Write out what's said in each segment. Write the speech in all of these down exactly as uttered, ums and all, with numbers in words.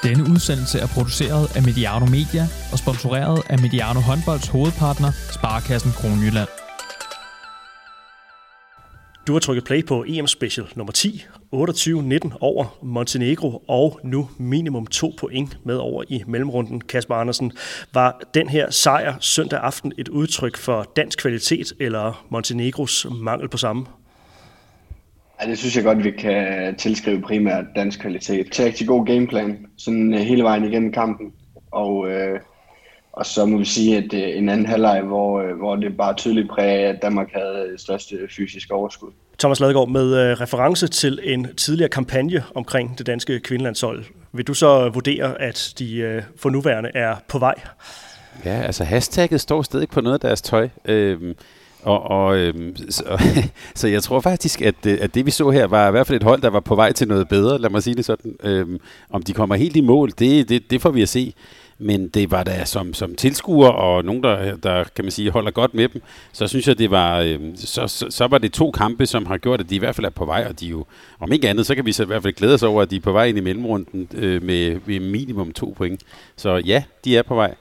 Denne udsendelse er produceret af Mediano Media og sponsoreret af Mediano Håndbolds hovedpartner, Sparekassen Kronjylland. Du har trykket play på E M Special nummer ti, otteogtyve nitten over Montenegro, og nu minimum to point med over i mellemrunden. Kasper Andersen, var den her sejr søndag aften et udtryk for dansk kvalitet eller Montenegros mangel på samme? Ja, det synes jeg godt, vi kan tilskrive primært dansk kvalitet. Til rigtig god gameplan, sådan hele vejen igennem kampen. Og, øh, og så må vi sige, at øh, en anden halvleg, hvor, øh, hvor det bare tydeligt præger, at Danmark havde det største fysiske overskud. Thomas Ladegaard, med øh, reference til en tidligere kampagne omkring det danske kvindelandshold, vil du så vurdere, at de øh, for nuværende er på vej? Ja, altså hashtagget står stadig på noget af deres tøj. Øhm Og, og øhm, så, så jeg tror faktisk, at, at det vi så her var i hvert fald et hold, der var på vej til noget bedre, lad mig sige det sådan. Øhm, om de kommer helt i mål, det, det, det får vi at se. Men det var da som, som tilskuer og nogen, der, der kan man sige, holder godt med dem, så synes jeg, det var, øhm, så, så, så var det to kampe, som har gjort, at de i hvert fald er på vej, og de jo, om ikke andet, så kan vi så i hvert fald glæde os over, at de er på vej ind i mellemrunden øh, med, med minimum to point. Så ja, de er på vej.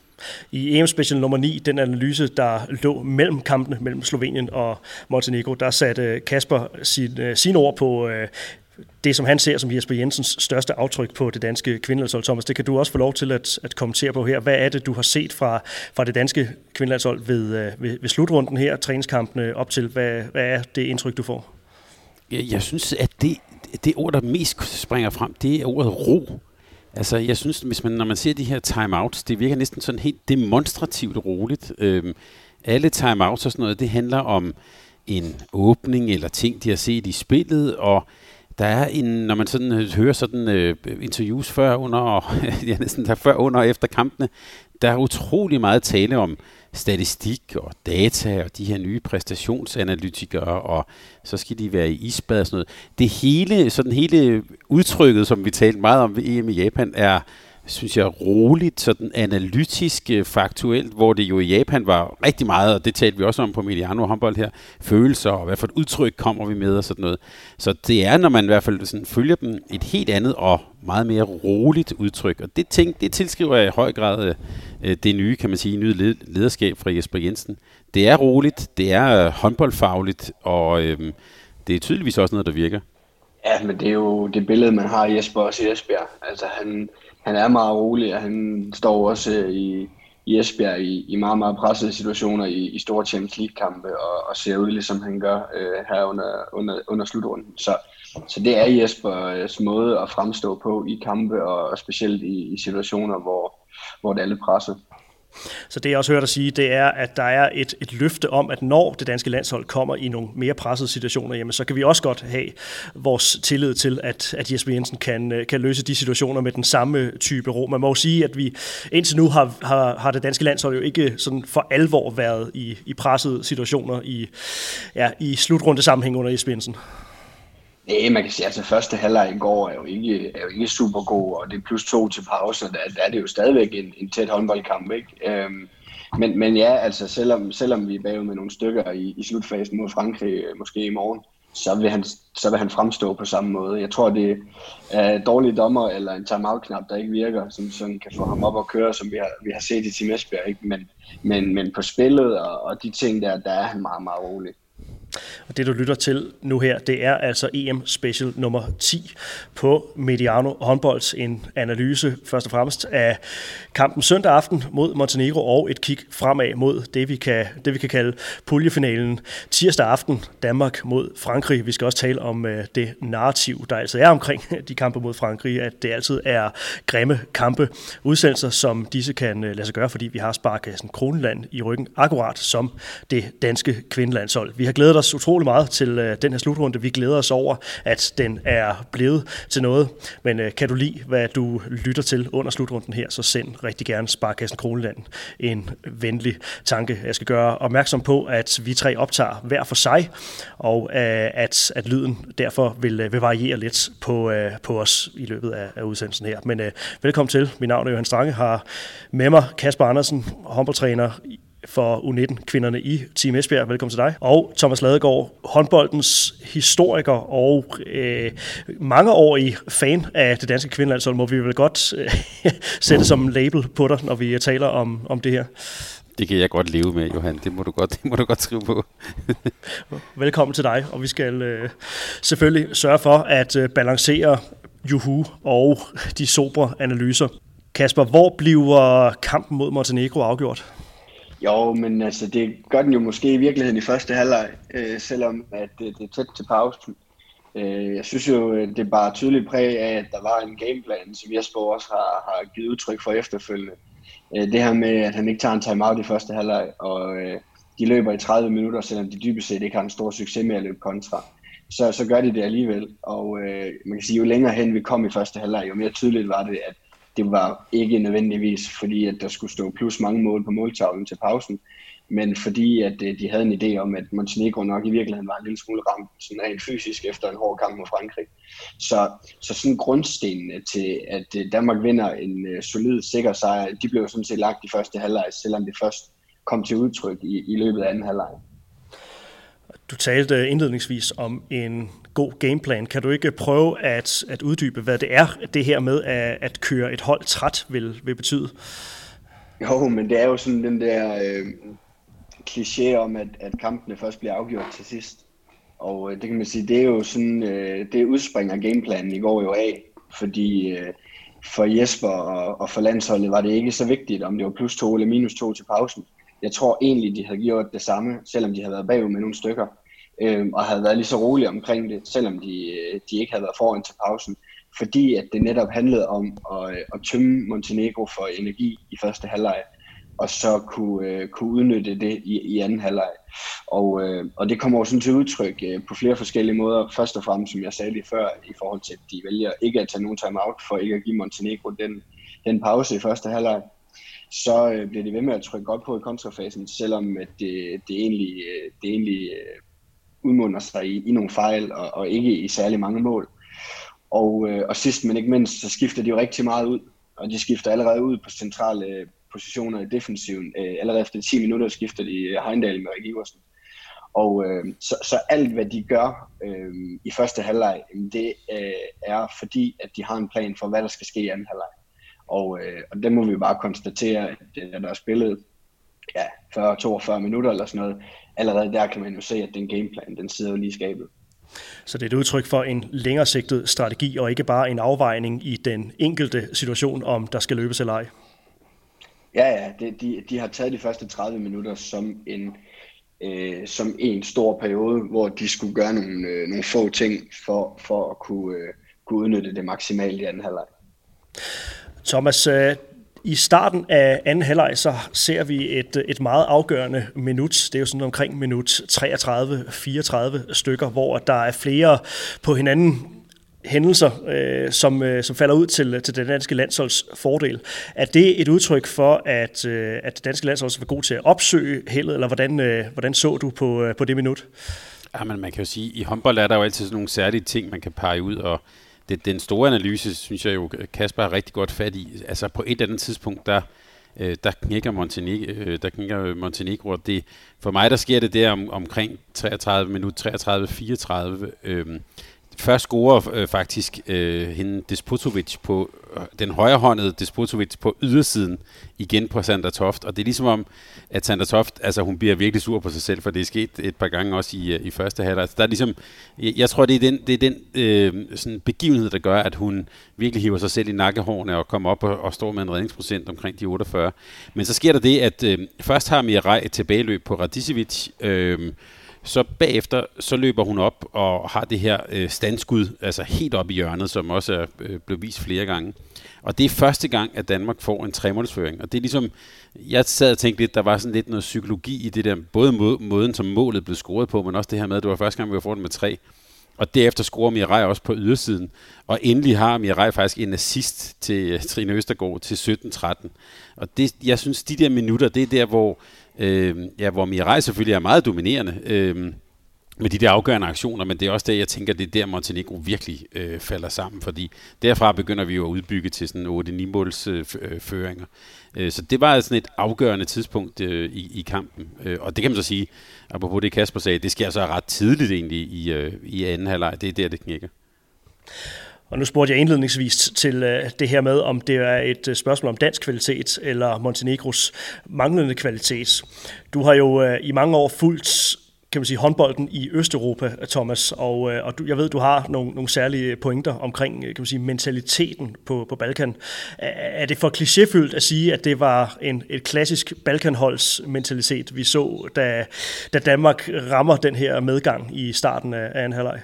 I E M Special nummer ni, den analyse, der lå mellem kampene mellem Slovenien og Montenegro, der satte Kasper sin, sine ord på øh, det, som han ser som Jesper Jensens største aftryk på det danske kvindelandshold. Thomas, det kan du også få lov til at, at kommentere på her. Hvad er det, du har set fra, fra det danske kvindelandshold ved, ved, ved slutrunden her, træningskampene op til? Hvad, hvad er det indtryk, du får? Jeg, jeg synes, at det, det ord, der mest springer frem, det er ordet ro. Altså, jeg synes, hvis man, når man ser de her timeouts, det virker næsten sådan helt demonstrativt roligt. Øhm, alle timeouts og sådan noget, det handler om en åbning eller ting, de har set i spillet, og der er en, når man sådan hører sådan øh, interviews før, under, og, ja, næsten der før, under og efter kampene, der er utrolig meget tale om statistik og data og de her nye præstationsanalytikere, og så skal de være i isbad og sådan noget. Det hele, sådan hele udtrykket, som vi talte meget om ved E M i Japan, er, synes jeg, roligt, sådan analytisk, faktuelt, hvor det jo i Japan var rigtig meget, og det talte vi også om på Mediano håndbold her, følelser, og hvad for et udtryk kommer vi med og sådan noget. Så det er, når man i hvert fald sådan følger dem, et helt andet og meget mere roligt udtryk, og det, ting, det tilskriver jeg i høj grad øh, det nye, kan man sige, nye lederskab fra Jesper Jensen. Det er roligt, det er håndboldfagligt, og øh, det er tydeligvis også noget, der virker. Ja, men det er jo det billede, man har af Jesper også i Esbjerg. Altså, han, han er meget rolig, og han står også i, i Esbjerg i, i meget, meget pressede situationer i, i store Champions League-kampe, og, og ser ud, ligesom han gør øh, her under, under, under slutrunden. Så, så det er Jespers måde at fremstå på i kampe, og, og specielt i, i situationer, hvor, hvor det er lidt presset. Så det jeg også hørt dig sige, det er, at der er et, et løfte om, at når det danske landshold kommer i nogle mere pressede situationer, jamen, så kan vi også godt have vores tillid til, at, at Jesper Jensen kan, kan løse de situationer med den samme type ro. Man må jo sige, at vi indtil nu har, har, har det danske landshold jo ikke sådan for alvor været i, i pressede situationer i, ja, i slutrunde sammenhæng under Jesper Jensen. Nej, man kan sige, at altså, første halvleg i går er jo ikke, er jo ikke super god, og det er plus to til pause, der, der er det jo stadigvæk en, en tæt håndboldkamp, ikke? Øhm, men, men ja, altså selvom, selvom vi er bagud med nogle stykker i, i slutfasen mod Frankrig, måske i morgen, så vil, han, så vil han fremstå på samme måde. Jeg tror, det er dårlige dommer eller en timeout-knap, der ikke virker, som, som kan få ham op og køre, som vi har, vi har set i Team Esbjerg, ikke? Men, men, men på spillet og, og de ting der, der er han meget, meget rolig. Og det, du lytter til nu her, det er altså E M Special nummer ti på Mediano Håndbolds. En analyse først og fremmest af kampen søndag aften mod Montenegro og et kig fremad mod det, vi kan, det, vi kan kalde puljefinalen tirsdag aften, Danmark mod Frankrig. Vi skal også tale om det narrativ, der altså er omkring de kampe mod Frankrig, at det altid er grimme kampe. Udsendelser, som disse kan lade sig gøre, fordi vi har Sparekassen Kronjylland i ryggen, akkurat som det danske kvindelandshold. Vi har glædet os utrolig meget til øh, den her slutrunde. Vi glæder os over, at den er blevet til noget. Men øh, kan du lide, hvad du lytter til under slutrunden her, så send rigtig gerne Sparekassen Kronjylland en venlig tanke. Jeg skal gøre opmærksom på, at vi tre optager hver for sig, og øh, at, at lyden derfor vil, vil variere lidt på, øh, på os i løbet af, af udsendelsen her. Men øh, velkommen til. Mit navn er Johan Strange, har med mig Kasper Andersen, håndboldtræner for U nitten-kvinderne i Team Esbjerg. Velkommen til dig. Og Thomas Ladegaard, håndboldens historiker og øh, mangeårig fan af det danske kvindelandshold, må vi vel godt øh, sætte som label på dig, når vi taler om, om det her. Det kan jeg godt leve med, Johan. Det må du godt, det må du godt skrive på. Velkommen til dig, og vi skal øh, selvfølgelig sørge for at øh, balancere juhu og de sobre analyser. Kasper, hvor bliver kampen mod Montenegro afgjort? Jo, men altså, det gør den jo måske i virkeligheden i første halvleg, øh, selvom at det, det er tæt til pausen. Øh, jeg synes jo, det er bare tydeligt præg af, at der var en gameplan, som Jesper også har, har givet udtryk for efterfølgende. Øh, det her med, at han ikke tager en timeout i første halvleg, og øh, de løber i tredive minutter, selvom de dybest set ikke har en stor succes med at løbe kontra. Så, så gør de det alligevel, og øh, man kan sige, jo længere hen vi kom i første halvleg, jo mere tydeligt var det, at det var ikke nødvendigvis fordi, at der skulle stå plus mange mål på måltavlen til pausen, men fordi, at de havde en idé om, at Montenegro nok i virkeligheden var en lille smule ramt sådan rent fysisk efter en hård kamp mod Frankrig. Så, så sådan grundstenene til, at Danmark vinder en solid, sikker sejr, de blev sådan set lagt i første halvleg, selvom det først kom til udtryk i, i løbet af anden halvleg. Du talte indledningsvis om en god gameplan. Kan du ikke prøve at, at uddybe, hvad det er, det her med at, at køre et hold træt vil, vil betyde? Jo, men det er jo sådan den der øh, kliché om, at, at kampene først bliver afgjort til sidst. Og øh, det kan man sige, det er jo sådan, øh, det udspringer gameplanen i går jo af, fordi øh, for Jesper og, og for landsholdet var det ikke så vigtigt, om det var plus to eller minus to til pausen. Jeg tror egentlig, de havde gjort det samme, selvom de havde været bagud med nogle stykker, øh, og havde været lige så rolige omkring det, selvom de, de ikke havde været foran til pausen. Fordi at det netop handlede om at, at tømme Montenegro for energi i første halvleg, og så kunne, øh, kunne udnytte det i, i anden halvleg. Og, øh, og det kommer jo sådan til udtryk øh, på flere forskellige måder. Først og fremmest, som jeg sagde lige før, i forhold til, at de vælger ikke at tage nogen timeout for ikke at give Montenegro den, den pause i første halvleg. Så øh, bliver de ved med at trykke godt på i kontrafasen, selvom at det, det egentlig, det egentlig øh, udmunder sig i, i nogle fejl, og, og ikke i særlig mange mål. Og, øh, og sidst men ikke mindst, så skifter de jo rigtig meget ud, og de skifter allerede ud på centrale øh, positioner i defensiven. Øh, allerede efter ti minutter skifter de Heindal med Rik Iversen. Og øh, så, så alt hvad de gør øh, i første halvleg, det øh, er fordi, at de har en plan for, hvad der skal ske i anden halvleg. Og, øh, og det må vi jo bare konstatere, at øh, der er spillet ja, fyrre til toogfyrre minutter eller sådan noget. Allerede der kan man jo se, at den gameplan, den sidder jo lige i skabet. Så det er et udtryk for en længere sigtet strategi, og ikke bare en afvejning i den enkelte situation, om der skal løbes eller ej? Ja, ja. Det, de, de har taget de første tredive minutter som en, øh, som en stor periode, hvor de skulle gøre nogle, øh, nogle få ting for, for at kunne, øh, kunne udnytte det maksimalt i anden halvleg. Thomas, øh, i starten af anden halvleg så ser vi et, et meget afgørende minut. Det er jo sådan omkring minut treogtredive fireogtredive stykker, hvor der er flere på hinanden hændelser, øh, som, øh, som falder ud til, til det danske landsholds fordel. Er det et udtryk for, at, øh, at det danske landshold var god til at opsøge heldet, eller hvordan, øh, hvordan så du på, øh, på det minut? Ja, men man kan jo sige, at i håndbold er der jo altid sådan nogle særlige ting, man kan pege ud, og det, den store analyse, synes jeg jo, Kasper har rigtig godt fat i. Altså på et eller andet tidspunkt, der, øh, der knækker Montenegro, øh, der knækker Montenegro. Det, for mig, der sker det der om, omkring treogtredive minut, treogtredive fireogtredive. Øh, Først scorer øh, faktisk øh, hende Despotovic på øh, den højrehåndede Despotovic på ydersiden igen på Sandra Toft, og det er ligesom om, at Sandra Toft, altså hun bliver virkelig sur på sig selv, for det er sket et par gange også i, i første halvleg. Altså, der er ligesom, jeg, jeg tror, det er den, det er den øh, sådan begivenhed, der gør, at hun virkelig hiver sig selv i nakkehårene og kommer op og, og står med en redningsprocent omkring de otteogfyrre. Men så sker der det, at øh, først har Mirai et tilbageløb på Radicevic, øh, så bagefter, så løber hun op og har det her øh, standskud, altså helt op i hjørnet, som også er øh, blevet vist flere gange. Og det er første gang, at Danmark får en tremålsføring. Og det er ligesom, jeg sad og tænkte lidt, der var sådan lidt noget psykologi i det der, både må, måden, som målet blev scoret på, men også det her med, at det var første gang, vi var foran med tre. Og derefter scorer Mirai også på ydersiden. Og endelig har Mirai faktisk en assist til Trine Østergaard til sytten tretten. Og det, jeg synes, de der minutter, det er der, hvor, øh, ja, hvor Mirai selvfølgelig er meget dominerende. Øh, med de der afgørende aktioner, men det er også det, jeg tænker, det er der Montenegro virkelig øh, falder sammen, fordi derfra begynder vi jo at udbygge til sådan otte ni måls øh, føringer. Øh, så det var sådan et afgørende tidspunkt øh, i, i kampen, øh, og det kan man så sige, apropos det Kasper sagde, det sker så ret tidligt egentlig i, øh, i anden halvleg, det er der, det knækker. Og nu spurgte jeg indledningsvis til uh, det her med, om det er et uh, spørgsmål om dansk kvalitet eller Montenegros manglende kvalitet. Du har jo uh, i mange år fulgt, kan man sige, håndbolden i Østeuropa, Thomas, og, uh, og du, jeg ved, du har nogle, nogle særlige pointer omkring, kan man sige, mentaliteten på, på Balkan. Er det for klichéfyldt at sige, at det var en, et klassisk Balkanholds mentalitet, vi så, da, da Danmark rammer den her medgang i starten af anden halvleg?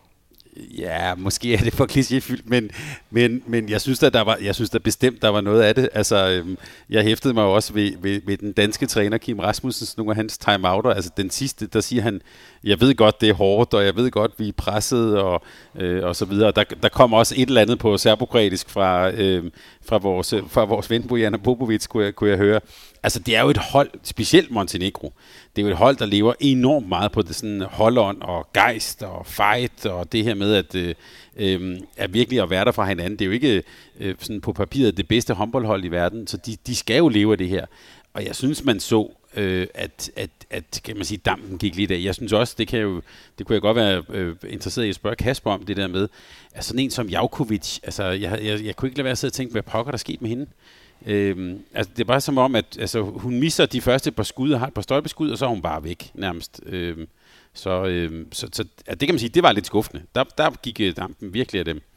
Ja, måske er det for klichéfyldt, men, men, men jeg synes, at der var, jeg synes, der bestemt der var noget af det. Altså, øhm, jeg hæftede mig jo også ved, ved, ved den danske træner Kim Rasmussens, nogle af hans timeouter. Altså den sidste, der siger han, jeg ved godt, det er hårdt, og jeg ved godt, vi er presset, og, øh, og så videre. Der, der kom også et eller andet på serbokroatisk fra, øh, fra, vores, fra vores ven Bojana Popovic, kunne jeg, kunne jeg høre. Altså, det er jo et hold, specielt Montenegro. Det er jo et hold, der lever enormt meget på det sådan holdånd og gejst og fight, og det her med, at øh, øh, er virkelig at være der fra hinanden. Det er jo ikke øh, sådan på papiret det bedste håndboldhold i verden, så de, de skal jo leve af det her. Og jeg synes, man så, øh, at, at, at kan man sige, dampen gik lidt af. Jeg synes også, det, kan jo, det kunne jeg godt være øh, interesseret i at spørge Kasper om, det der med, at sådan en som Javkovic, altså jeg, jeg, jeg kunne ikke lade være at sidde og tænke, hvad pokker der skete med hende. Øhm, altså det er bare som om, at altså, hun misser de første par skud og har et par stolpeskud, og så er hun bare væk nærmest. Øhm, så øhm, så, så ja, det kan man sige, det var lidt skuffende. Der, der gik dampen virkelig af dem.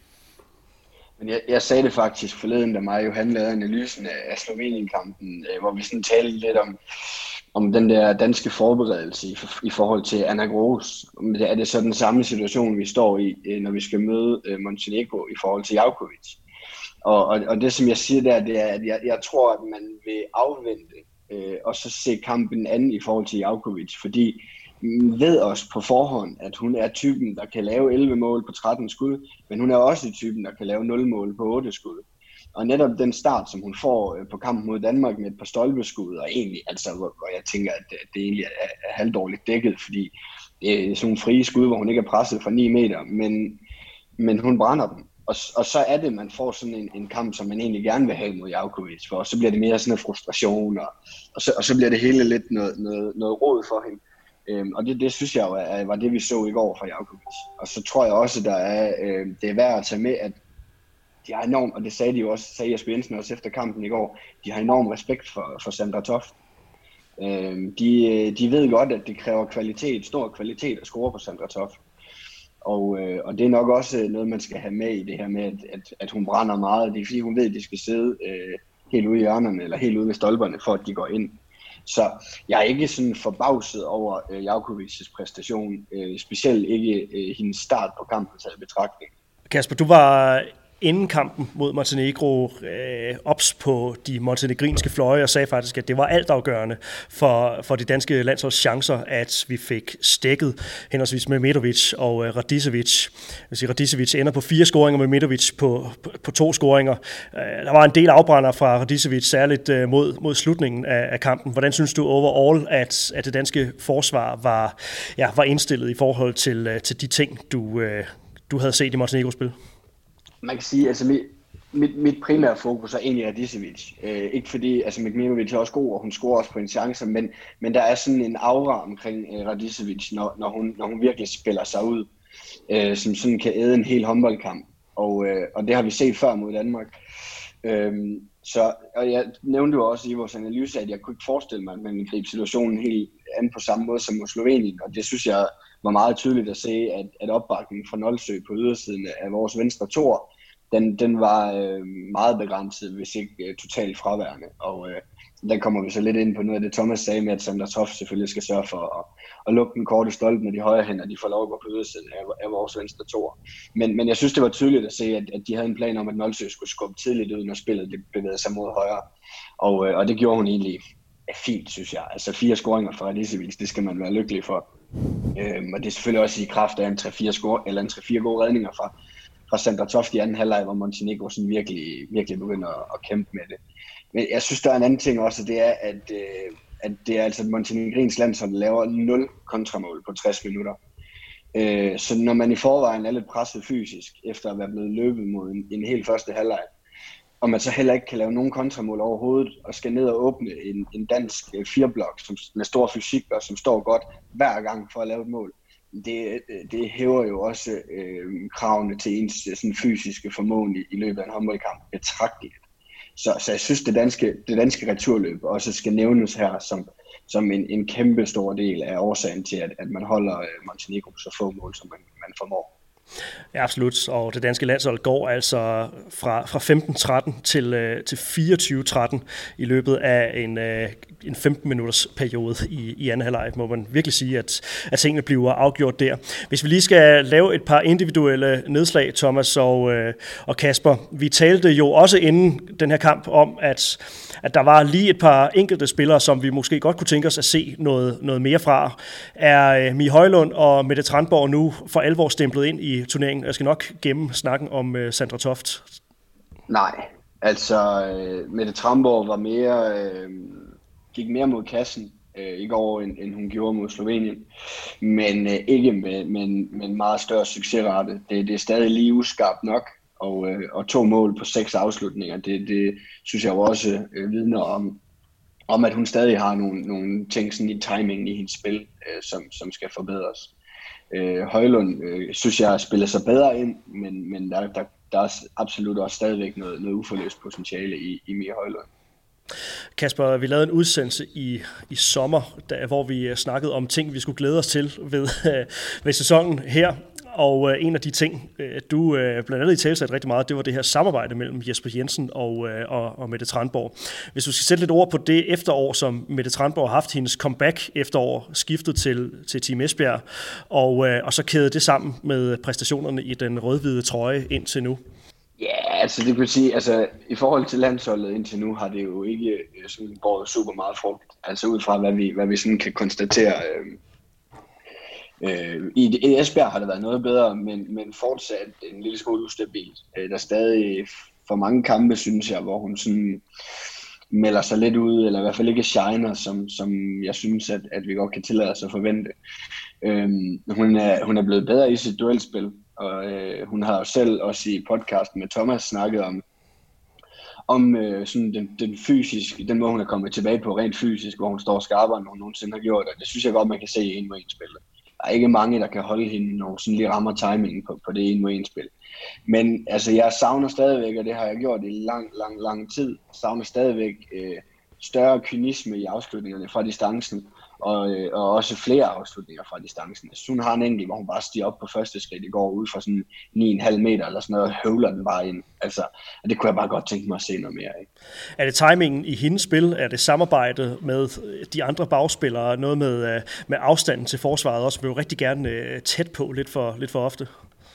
Men jeg, jeg sagde det faktisk forleden, da mig og Johan lavede analysen af, af Slovenien-kampen, øh, hvor vi sådan talte lidt om, om den der danske forberedelse i, i forhold til Anna Gros. Er det så den samme situation, vi står i, øh, når vi skal møde øh, Montenegro i forhold til Javkovic? Og, og, og det, som jeg siger der, det er, at jeg, jeg tror, at man vil afvente øh, og så se kampen anden i forhold til Javkovic, fordi man ved også på forhånd, at hun er typen, der kan lave elleve mål på tretten skud, men hun er også typen, der kan lave nul mål på otte skud. Og netop den start, som hun får øh, på kampen mod Danmark med et par stolpeskud, og egentlig, altså, hvor, hvor jeg tænker, at det, det egentlig er, er halvdårligt dækket, fordi det er sådan nogle frie skud, hvor hun ikke er presset for ni meter, men, men hun brænder dem. Og, og så er det, man får sådan en, en kamp, som man egentlig gerne vil have mod Javkovic, for så bliver det mere sådan en frustration, og, og, så, og så bliver det hele lidt noget, noget, noget råd for hende. Øhm, og det, det synes jeg jo er, var det, vi så i går fra Javkovic. Og så tror jeg også, der er, øh, det er værd at tage med, at de har enormt, og det sagde de jo også, sagde Jesper Jensen også efter kampen i går, de har enorm respekt for, for Sandra Toft. Øhm, de, de ved godt, at det kræver kvalitet, stor kvalitet at score på Sandra Toft. Og, øh, og det er nok også noget, man skal have med i det her med, at, at, at hun brænder meget. Det er fordi, hun ved, at de skal sidde øh, helt ude i hjørnerne, eller helt ude ved stolperne, for at de går ind. Så jeg er ikke sådan forbavset over øh, Javkovics præstation, øh, specielt ikke øh, hendes start på kampen taget i betragtning. Kasper, du var inden kampen mod Montenegro øh, ops på de montenegrinske fløje og sagde faktisk, at det var altafgørende for, for de danske landsholds chancer, at vi fik stækket henholdsvis med Mehmetovic og øh, Radicevic. Sige, Radicevic ender på fire scoringer, med Mehmetovic på, på, på to scoringer. Øh, der var en del afbrænder fra Radicevic, særligt øh, mod, mod slutningen af, af kampen. Hvordan synes du overall, at, at det danske forsvar var, ja, var indstillet i forhold til, øh, til de ting, du, øh, du havde set i Montenegro-spil? Man kan sige, altså mit, mit, mit primære fokus er egentlig Radicevic. Øh, ikke fordi, altså Mehmetovic er også god, og hun scorer også på en chance, men, men der er sådan en aura omkring øh, Radicevic, når, når, hun, når hun virkelig spiller sig ud, øh, som sådan kan æde en hel håndboldkamp. Og, øh, og det har vi set før mod Danmark. Øh, så, og jeg nævnte jo også i vores analyse, at jeg kunne ikke forestille mig, at man ville gribe situationen helt an på samme måde som mod Slovenien, og det synes jeg var meget tydeligt at se, at, at opbakningen fra Nolsø på ydersiden af vores venstre tor, den, den var øh, meget begrænset, hvis ikke øh, totalt fraværende. Og øh, der kommer vi så lidt ind på noget af det, Thomas sagde med, at Sandra Toft selvfølgelig skal sørge for at, at lukke den korte stolpe med de højre hænder, de får lov at gå på ydersiden af, af vores venstre tor. Men, men jeg synes, det var tydeligt at se, at, at de havde en plan om, at Nolsø skulle skubbe tidligt ud, når spillet det bevægede sig mod højre. Og, øh, og det gjorde hun egentlig fint, synes jeg. Altså fire scoringer fra Radicevic, det skal man være lykkelig for. Øhm, og det er selvfølgelig også i kraft af en tre fire score eller en tre fire gode redninger fra, fra Sandra Toft i anden halvleg, hvor Montenegro sådan virkelig, virkelig begynder at, at kæmpe med det. Men jeg synes, der er en anden ting også, det er, at, øh, at det er altså Montenegrins landshold, der laver nul kontramål på tres minutter. Øh, så når man i forvejen er lidt presset fysisk, efter at være blevet løbet mod en, en helt første halvleg, og man så heller ikke kan lave nogen kontramål overhovedet, og skal ned og åbne en, en dansk øh, fireblok som, med stor fysik, og som står godt hver gang for at lave et mål, det, det hæver jo også øh, kravene til ens sådan, fysiske formåen i, i løbet af en håndboldkamp betragteligt. Så, så jeg synes, det danske, det danske returløb også skal nævnes her som, som en, en kæmpe stor del af årsagen til, at, at man holder Montenegro så få mål, som man, man formår. Ja, absolut. Og det danske landshold går altså fra, fra femten tretten til, til fireogtyve tretten i løbet af en, en femten minutters periode i, i anden halvleg, må man virkelig sige, at, at tingene bliver afgjort der. Hvis vi lige skal lave et par individuelle nedslag, Thomas og, og Kasper. Vi talte jo også inden den her kamp om, at, at der var lige et par enkelte spillere, som vi måske godt kunne tænke os at se noget, noget mere fra. Er Mie Højlund og Mette Tranborg nu for alvor stemplet ind i turneringen? Jeg skal nok gemme snakken om uh, Sandra Toft. Nej, altså uh, Mette Tranborg var mere, uh, gik mere mod kassen uh, i går, end, end hun gjorde mod Slovenien. Men uh, ikke med, med, med en meget større succesrate. Det, det er stadig lige uskarpt nok, og, uh, og to mål på seks afslutninger. Det, det synes jeg jo også uh, vidner om, om, at hun stadig har nogle, nogle ting sådan i timingen i hendes spil, uh, som, som skal forbedres. Øh, Højlund øh, synes jeg spiller sig bedre ind, men, men der, der, der er absolut også stadigvæk noget, noget uforløst potentiale i, i Mie Højlund. Kasper, vi lavede en udsendelse i, i sommer, der, hvor vi snakkede om ting, vi skulle glæde os til ved, ved sæsonen her. Og en af de ting, du blandt andet i tale satte rigtig meget, det var det her samarbejde mellem Jesper Jensen og, og, og Mette Tranborg. Hvis du skal sætte lidt ord på det efterår, som Mette Tranborg har haft, hendes comeback efterår, skiftet til, til Team Esbjerg, og, og så kæde det sammen med præstationerne i den rød-hvide trøje indtil nu. Ja, altså det vil sige, altså i forhold til landsholdet indtil nu, har det jo ikke sådan båret super meget frugt. Altså ud fra, hvad vi, hvad vi sådan kan konstatere. Øh, Øh, i, I Esbjerg har det været noget bedre, men, men fortsat en lille smule ustabilt. Øh, der er stadig for mange kampe, synes jeg, hvor hun sådan melder sig lidt ud, eller i hvert fald ikke shiner, som, som jeg synes, at, at vi godt kan tillade os at forvente. Øh, hun, er, hun er blevet bedre i sit duelspil, og øh, hun har jo selv også i podcasten med Thomas snakket om, om øh, sådan den, den fysiske, den måde hun er kommet tilbage på rent fysisk, hvor hun står skarpere, end hun nogensinde har gjort, og det synes jeg godt, man kan se i en mod en spillet. Der er ikke mange, der kan holde hende, når hun sådan lige rammer timingen på, på det en mod en spil. Men altså, jeg savner stadigvæk, og det har jeg gjort i lang, lang, lang tid, savner stadigvæk øh, større kynisme i afslutningerne fra distancen, og, øh, og også flere afslutninger fra distancen. Altså, hun har en enkelt, hvor hun bare stiger op på første skridt i går, ud fra sådan ni komma fem meter eller sådan noget, og høvler den bare ind. Altså, og det kunne jeg bare godt tænke mig at se noget mere af. Er det timingen i hendes spil? Er det samarbejdet med de andre bagspillere? Noget med, med afstanden til forsvaret også? Vi vil jo rigtig gerne tæt på lidt for, lidt for ofte.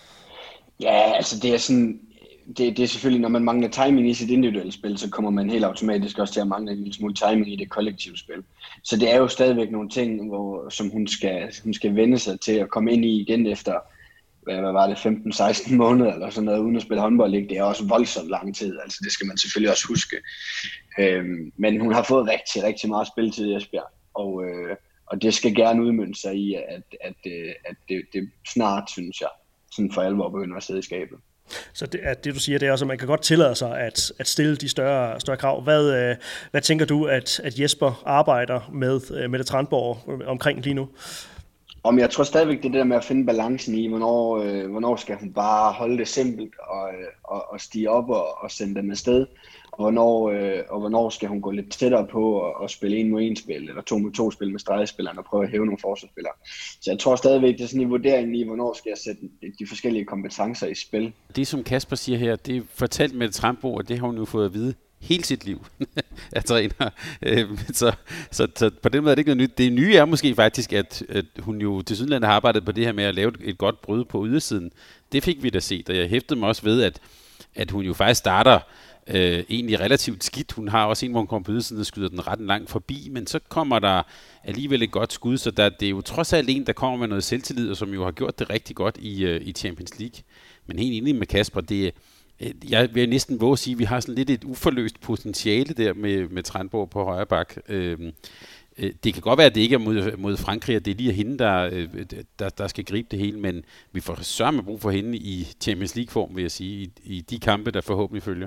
Ja, altså det er sådan... Det, det er selvfølgelig, når man mangler timing i sit individuelle spil, så kommer man helt automatisk også til at mangle en lille smule timing i det kollektive spil. Så det er jo stadigvæk nogle ting, hvor, som hun skal, hun skal vende sig til at komme ind i igen efter, hvad, hvad var det, femten seksten måneder eller sådan noget, uden at spille håndbold. Det er også voldsomt lang tid, altså det skal man selvfølgelig også huske. Øhm, men hun har fået rigtig, rigtig meget spilletid i Esbjerg, og, øh, og det skal gerne udmønte sig i, at, at, at, at det, det snart, synes jeg, sådan for alvor begynder at sidde i skabet. Så det, at det du siger, det er også, at man kan godt tillade sig at, at stille de større, større krav. Hvad, øh, hvad tænker du, at, at Jesper arbejder med øh, Mette Tranborg omkring lige nu? Om jeg tror stadigvæk, det er det der med at finde balancen i, hvornår, øh, hvornår skal hun bare holde det simpelt og, og, og stige op og, og sende dem afsted, og hvornår, øh, og hvornår skal hun gå lidt tættere på og, og spille en mod en spil, eller to mod to spil med stregspillerne og prøve at hæve nogle forsvarsspillere. Så jeg tror stadigvæk, det er sådan en vurdering i, hvornår skal jeg sætte de forskellige kompetencer i spil. Det som Kasper siger her, det er fortalt Mette Tranborg, og det har hun jo fået at vide hele sit liv af træner. Så, så, så på den måde er det ikke noget nyt. Det nye er måske faktisk, at, at hun jo til sydenlandet har arbejdet på det her med at lave et godt brud på ydersiden. Det fik vi da set, og jeg hæftede mig også ved, at, at hun jo faktisk starter øh, egentlig relativt skidt. Hun har også en, hvor hun kommer på ydersiden og skyder den ret langt forbi, men så kommer der alligevel et godt skud, så der, det er jo trods alt en, der kommer med noget selvtillid, og som jo har gjort det rigtig godt i, uh, i Champions League. Men helt enig med Kasper, det jeg vil næsten våge at sige, at vi har sådan lidt et uforløst potentiale der med, med Tranborg på højre bak. Øhm, Det kan godt være, at det ikke er mod, mod Frankrig, og det er lige hende, der, der, der skal gribe det hele, men vi får sørme brug for hende i Champions League-form, vil jeg sige, i, i de kampe, der forhåbentlig følger.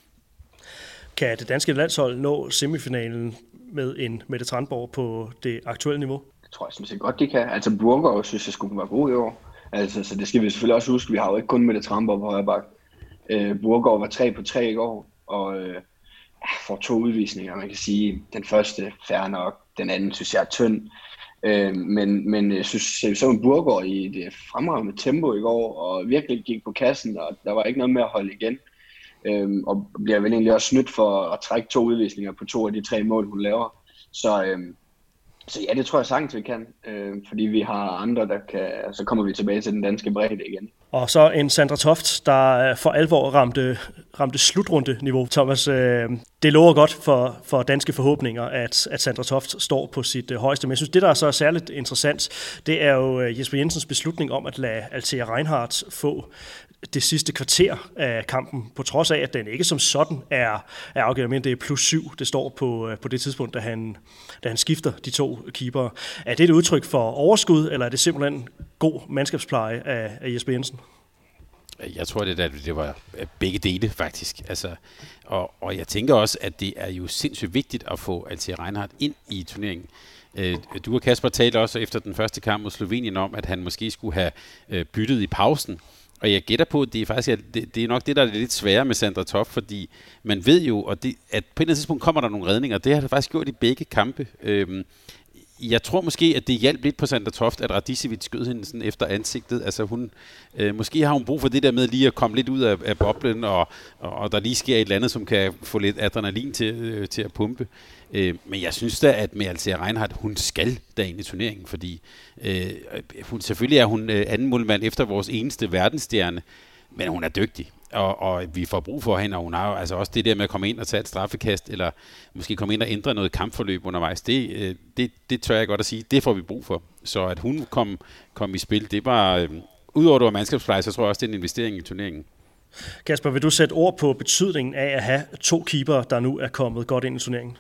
Kan det danske landshold nå semifinalen med en Mette Tranborg på det aktuelle niveau? Det tror jeg sådan set godt, de kan. Altså Burger synes jeg skulle være god i år. Altså, så det skal vi selvfølgelig også huske. Vi har jo ikke kun Mette Tranborg på højre bak. Øh, Burger var tre på tre i går, og øh, får to udvisninger. Man kan sige, den første fair nok, den anden synes jeg er tynd. Øh, men, men jeg synes, jeg så en Burger i det fremragende tempo i går, og virkelig gik på kassen, og der var ikke noget med at holde igen. Øhm, og bliver vel egentlig også snydt for at trække to udvisninger på to af de tre mål, hun laver. Så, øhm, så ja, det tror jeg sagtens, vi kan, øhm, fordi vi har andre, der kan, så kommer vi tilbage til den danske bredde igen. Og så en Sandra Toft, der for alvor ramte, ramte slutrunde-niveau. Thomas, øh, det lover godt for, for danske forhåbninger, at, at Sandra Toft står på sit øh, højeste. Men jeg synes, det der er så særligt interessant, det er jo Jesper Jensens beslutning om at lade Althea Reinhardt få det sidste kvarter af kampen, på trods af, at den ikke som sådan er, er afgjort, men det er plus syv, det står på, på det tidspunkt, da han, da han skifter de to keepere. Er det et udtryk for overskud, eller er det simpelthen god mandskabspleje af, af Jesper Jensen? Jeg tror, det, der, det var begge dele, faktisk. Altså, og, og jeg tænker også, at det er jo sindssygt vigtigt at få Althea Reinhardt ind i turneringen. Du og Kasper talte også efter den første kamp mod Slovenien om, at han måske skulle have byttet i pausen. Og jeg gætter på, at det er faktisk det, det er nok det, der er lidt sværere med Sandra Toft, fordi man ved jo, og det, at på et eller andet tidspunkt kommer der nogle redninger, og det har det faktisk gjort i begge kampe. Øhm, jeg tror måske, at det hjalp lidt på Sandra Toft, at Radicevic skød hende sådan efter ansigtet. Altså hun, øh, måske har hun brug for det der med lige at komme lidt ud af, af boblen, og, og, og der lige sker et eller andet, som kan få lidt adrenalin til, øh, til at pumpe. Øh, men jeg synes da, at med Althea Reinhardt, hun skal derind i turneringen, fordi øh, hun, selvfølgelig er hun øh, anden målmand efter vores eneste verdensstjerne, men hun er dygtig. Og, og vi får brug for hende, og hun har jo altså også det der med at komme ind og tage et straffekast, eller måske komme ind og ændre noget kampforløb undervejs, det, det, det tør jeg godt at sige, det får vi brug for. Så at hun kom, kom i spil, det var, øh, udover at det var mandskabspleje, så tror jeg også, det er en investering i turneringen. Kasper, vil du sætte ord på betydningen af at have to keepere, der nu er kommet godt ind i turneringen?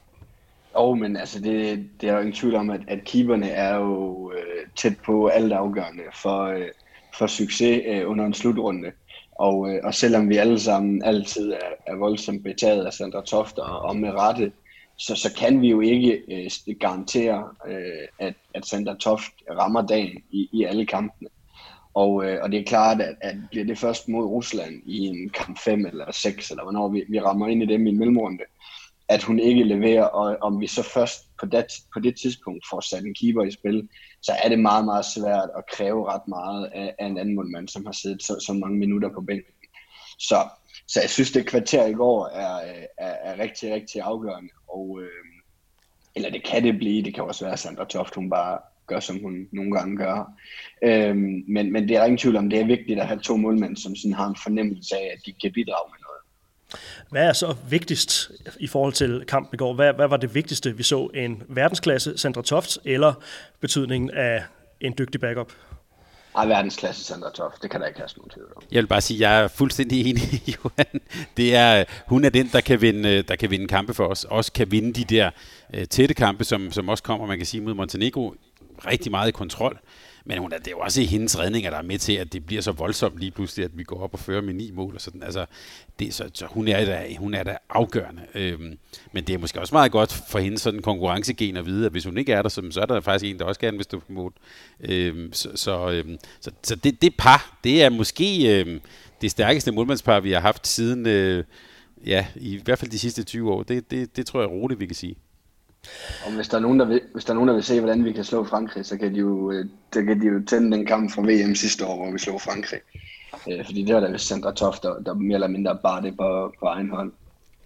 Jo, oh, men altså det, det er jo ingen tvivl om, at, at keeperne er jo øh, tæt på alt afgørende for, øh, for succes øh, under en slutrunde. Og, øh, og selvom vi alle sammen altid er, er voldsomt betaget af Sandra Toft og, og med rette, så, så kan vi jo ikke øh, garantere, øh, at, at Sandra Toft rammer dagen i, i alle kampene. Og, øh, og det er klart, at, at bliver det først mod Rusland i en kamp fem eller seks, eller hvornår vi, vi rammer ind i dem i en mellemrunde, at hun ikke leverer, og om vi så først på det, på det tidspunkt får sat en keeper i spil, så er det meget, meget svært at kræve ret meget af, af en anden målmand, som har siddet så, så mange minutter på bænken. Så, så jeg synes, det kvarter i går er, er, er rigtig, rigtig afgørende, og, øh, eller det kan det blive, det kan også være Sandra Toft, hun bare gør, som hun nogle gange gør. Øh, men, men det er ingen tvivl om, det er vigtigt at have to målmænd, som sådan har en fornemmelse af, at de kan bidrage med noget. Hvad er så vigtigst i forhold til kampen i går? Hvad, hvad var det vigtigste, vi så? En verdensklasse Sandra Toft, eller betydningen af en dygtig backup? Ej, verdensklasse Sandra Toft, det kan der ikke have nogen tvivl om. Jeg vil bare sige, at jeg er fuldstændig enig, Johan. Det er, hun er den, der kan vinde, der kan vinde kampe for os. Også kan vinde de der uh, tætte kampe, som, som også kommer, man kan sige, mod Montenegro. Rigtig meget i kontrol. Men hun er, det er jo også i hendes redninger, der er med til, at det bliver så voldsomt lige pludselig, at vi går op og fører med ni mål og sådan. Altså, det, så, så hun er da, hun er da afgørende. Øhm, men det er måske også meget godt for hende sådan konkurrencegen at vide, at hvis hun ikke er der, så, så er der faktisk en, der også gerne vil stå på mål. Øhm, så så, øhm, så, så det, det par, det er måske øhm, det stærkeste målmandspar, vi har haft siden, øh, ja, i hvert fald de sidste tyve år. Det, det, det tror jeg roligt, vi kan sige. Og hvis der er nogen, der vil, hvis der er nogen, der vil se, hvordan vi kan slå Frankrig, så kan de jo, der kan de jo tænde den kamp fra V M sidste år, hvor vi slog Frankrig. Øh, fordi det var da vist Sandra Toft, der, der mere eller mindre bare det på, på egen hånd.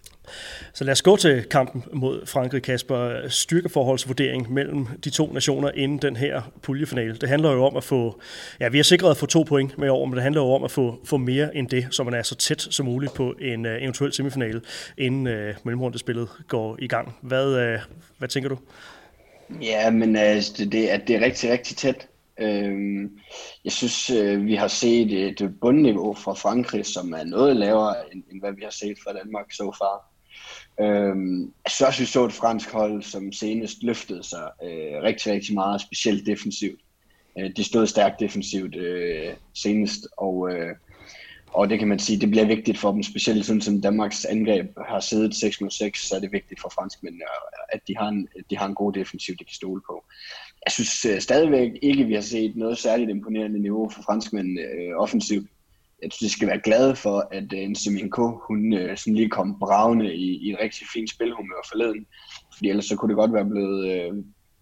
Så lad os gå til kampen mod Frankrig, Kasper. Styrkeforholdsvurdering mellem de to nationer inden den her puljefinale. Det handler jo om at få, ja, vi har sikret at få to point med over, men det handler jo om at få, få mere end det, så man er så tæt som muligt på en uh, eventuel semifinale, inden uh, mellemrundespillet går i gang. Hvad, uh, hvad tænker du? Ja, men uh, det, det, er, det er rigtig, rigtig tæt. Uh, jeg synes, uh, vi har set et bundniveau fra Frankrig, som er noget lavere, end, end hvad vi har set fra Danmark så far. Øhm, så også vi så et fransk hold, som senest løftede sig øh, rigtig, rigtig meget, specielt defensivt. Øh, de stod stærkt defensivt øh, senest, og, øh, og det kan man sige, det bliver vigtigt for dem, specielt sådan som Danmarks angreb har siddet seks mod seks, så er det vigtigt for franskmændene, at de har en, de har en god defensiv, de kan stole på. Jeg synes øh, stadigvæk ikke, vi har set noget særligt imponerende niveau for franskmændene øh, offensivt. Jeg synes, de skal være glade for, at en Semenko, hun øh, sådan lige kom bravende i, i et rigtig fint spilhumør forleden. Fordi ellers så kunne det godt være blevet, øh,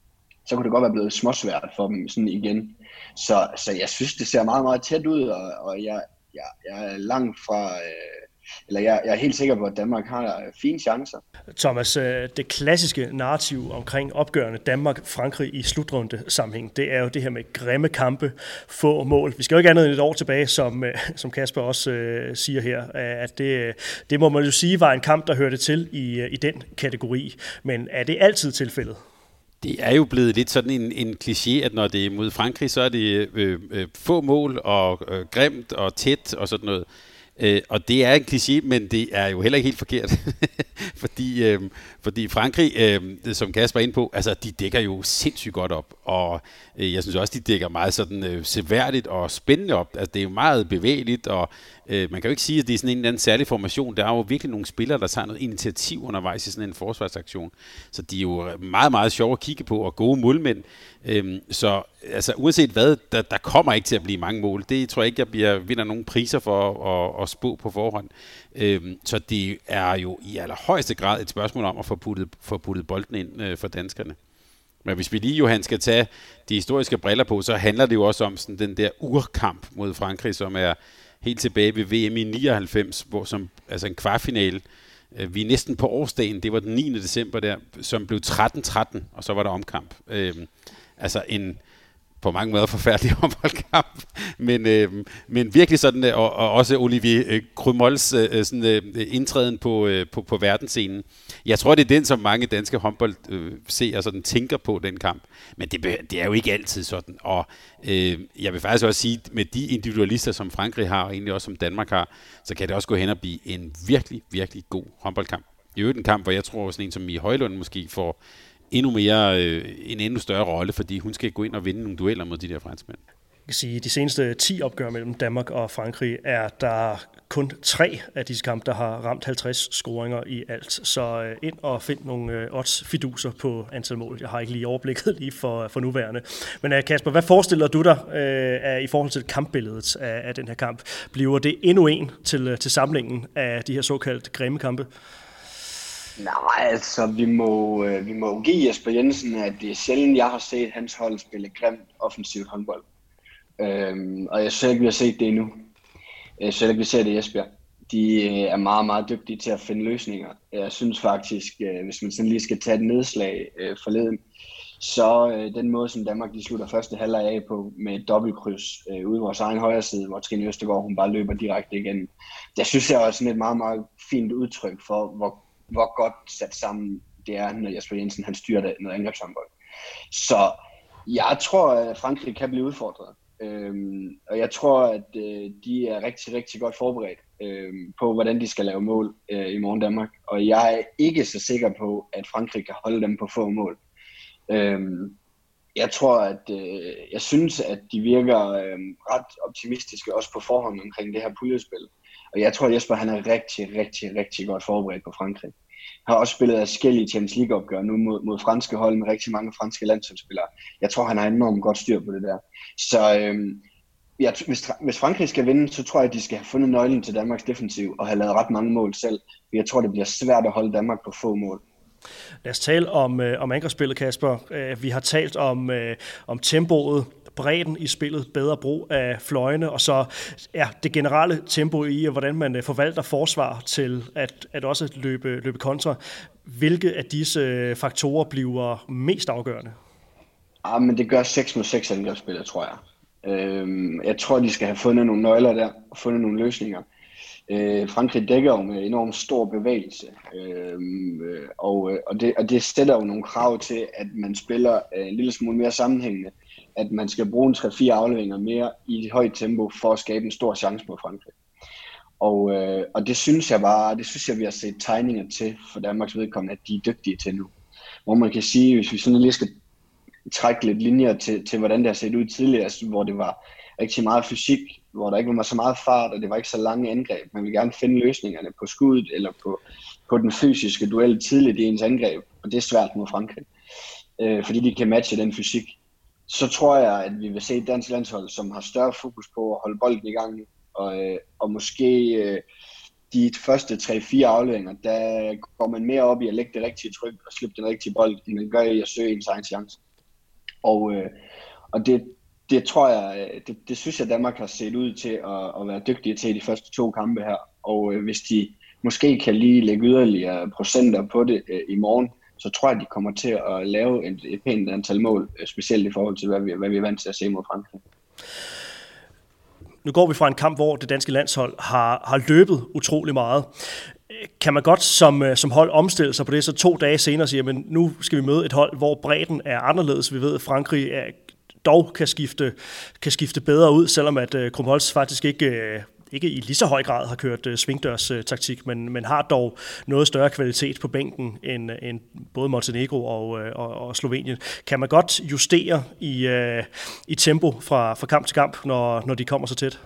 så kunne det godt være blevet småsvært for dem sådan igen. Så, så jeg synes, det ser meget, meget tæt ud, og, og jeg, jeg, jeg er langt fra, øh, eller jeg, jeg er helt sikker på, at Danmark har fine chancer. Thomas, det klassiske narrativ omkring opgørende Danmark-Frankrig i slutrunde sammenhæng, det er jo det her med grimme kampe, få mål. Vi skal jo ikke andet end et år tilbage, som, som Kasper også uh, siger her, at det, det må man jo sige var en kamp, der hørte til i, i den kategori. Men er det altid tilfældet? Det er jo blevet lidt sådan en, en kliché, at når det er mod Frankrig, så er det øh, øh, få mål og øh, grimt og tæt og sådan noget. Øh, og det er en kliché, men det er jo heller ikke helt forkert, fordi, øh, fordi Frankrig, øh, som Kasper er inde på, altså de dækker jo sindssygt godt op, og øh, jeg synes også, de dækker meget sådan øh, seværdigt og spændende op. Altså det er jo meget bevægeligt, og øh, man kan jo ikke sige, at det er sådan en eller anden særlig formation. Der er jo virkelig nogle spillere, der tager noget initiativ undervejs i sådan en forsvarsaktion, så de er jo meget, meget sjove at kigge på, og gode målmænd. Øh, så altså uanset hvad, der, der kommer ikke til at blive mange mål. Det tror jeg ikke, jeg bliver, vinder nogen priser for at, at spå på forhånd. Øhm, så det er jo i allerhøjeste grad et spørgsmål om at få puttet, få puttet bolden ind øh, for danskerne. Men hvis vi lige, Johan, skal tage de historiske briller på, så handler det jo også om sådan den der urkamp mod Frankrig, som er helt tilbage ved V M i nioghalvfems, hvor som, altså en kvartfinale. Øh, vi er næsten på årsdagen, det var den niende december der, som blev tretten tretten, og så var der omkamp. Øh, altså en på mange måder forfærdelig håndboldkamp, men, øh, men virkelig sådan, og, og også Olivier øh, Crumols øh, sådan, øh, indtræden på, øh, på, på verdensscenen. Jeg tror, det er den, som mange danske håndboldseere sådan tænker på, den kamp. Men det, det er jo ikke altid sådan, og øh, jeg vil faktisk også sige, med de individualister, som Frankrig har, og egentlig også som Danmark har, så kan det også gå hen og blive en virkelig, virkelig god håndboldkamp. I øvrigt en kamp, hvor jeg tror, sådan en som Mie Højlund måske får endnu mere, øh, en endnu større rolle, fordi hun skal gå ind og vinde nogle dueller mod de der franskmænd. Jeg kan sige, de seneste ti opgør mellem Danmark og Frankrig er der kun tre af disse kampe, der har ramt halvtreds scoringer i alt. Så øh, ind og find nogle øh, odds-fiduser på antal mål. Jeg har ikke lige overblikket lige for, for nuværende. Men øh, Kasper, hvad forestiller du dig øh, af, i forhold til kampbilledet af, af den her kamp? Bliver det endnu en til, til samlingen af de her såkaldt grimme kampe? Nej, altså vi må, vi må give Jesper Jensen, at det er sjældent, jeg har set hans hold spille grimt offensivt håndbold. Øhm, og jeg synes ikke, vi har set det endnu. Jeg synes ikke, vi ser det i Esbjerg. De er meget, meget dygtige til at finde løsninger. Jeg synes faktisk, hvis man sådan lige skal tage et nedslag øh, forleden, så øh, den måde, som Danmark de slutter første halvleg af på med et dobbeltkryds øh, ude i vores egen højre side, hvor Trine Østergaard hun bare løber direkte igen. Det synes jeg er sådan et meget, meget fint udtryk for, hvor hvor godt sat sammen det er, når Jesper Jensen han styrer noget angrebshåndbold. Så jeg tror, at Frankrig kan blive udfordret. Øhm, og jeg tror, at øh, de er rigtig, rigtig godt forberedt øh, på, hvordan de skal lave mål øh, i morgen Danmark. Og jeg er ikke så sikker på, at Frankrig kan holde dem på få mål. Øhm, jeg tror, at øh, jeg synes, at de virker øh, ret optimistiske også på forhånd omkring det her puljespil. Og jeg tror, at Jesper han er rigtig, rigtig, rigtig godt forberedt på Frankrig. Han har også spillet forskellige Champions League-opgør nu mod, mod franske hold med rigtig mange franske landsholdsspillere. Jeg tror, han har enormt godt styr på det der. Så øhm, ja, hvis, hvis Frankrig skal vinde, så tror jeg, at de skal have fundet nøglen til Danmarks defensiv og have lavet ret mange mål selv. Jeg tror, det bliver svært at holde Danmark på få mål. Lad os tale om, øh, om angrebsspillet, Kasper. Øh, vi har talt om, øh, om tempoet, bredden i spillet, bedre brug af fløjene, og så ja, det generelle tempo i, hvordan man forvalter forsvar til at, at også løbe, løbe kontra. Hvilke af disse faktorer bliver mest afgørende? Ja, men det gør seks mod seks angrebsspillet, tror jeg. Øhm, jeg tror, de skal have fundet nogle nøgler der, og fundet nogle løsninger. Øh, Frankrig dækker jo med enormt stor bevægelse, øhm, øh, og, og, det, og det sætter jo nogle krav til, at man spiller en lille smule mere sammenhængende, at man skal bruge en tre fire afleveringer mere i et højt tempo for at skabe en stor chance mod Frankrig. Og, øh, og det synes jeg bare, det synes jeg, vi har set tegninger til for Danmarks vedkommende, at de er dygtige til nu. Hvor man kan sige, hvis vi sådan lige skal trække lidt linjer til, til hvordan det har set ud tidligere, hvor det var rigtig meget fysik, hvor der ikke var så meget fart, og det var ikke så lange angreb. Man vil gerne finde løsningerne på skuddet eller på, på den fysiske duel tidligt i ens angreb, og det er svært mod Frankrig, øh, fordi de kan matche den fysik. Så tror jeg, at vi vil se et dansk landshold, som har større fokus på at holde bolden i gang, og, øh, og måske øh, de første tre fire afleveringer, der går man mere op i at lægge det rigtige tryk og slippe den rigtige bold, end man gør i at søge ens egen chance. Og, øh, og det, det tror jeg, det, det synes jeg, Danmark har set ud til at, at være dygtige til de første to kampe her. Og øh, hvis de måske kan lige lægge yderligere procenter på det øh, i morgen, så tror jeg, de kommer til at lave et, et pænt antal mål, øh, specielt i forhold til, hvad vi, hvad vi er vant til at se mod Frankrig. Nu går vi fra en kamp, hvor det danske landshold har, har løbet utrolig meget. Kan man godt som, som hold omstille sig på det, så to dage senere siger, men nu skal vi møde et hold, hvor bredden er anderledes. Vi ved, at Frankrig er, dog kan skifte, kan skifte bedre ud, selvom at uh, Krumm-Holtz faktisk ikke, ikke i lige så høj grad har kørt uh, svingdørs-taktik, men, men har dog noget større kvalitet på bænken end, end både Montenegro og, og, og Slovenien. Kan man godt justere i, uh, i tempo fra, fra kamp til kamp, når, når de kommer så tæt?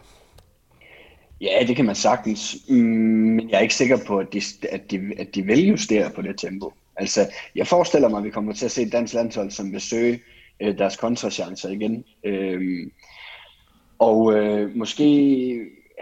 Ja, det kan man sagtens, men jeg er ikke sikker på, at de, at de, at de vil justere på det tempo. Altså, jeg forestiller mig, at vi kommer til at se et dansk landshold, som vil søge øh, deres kontrachancer igen. Øhm, og øh, måske,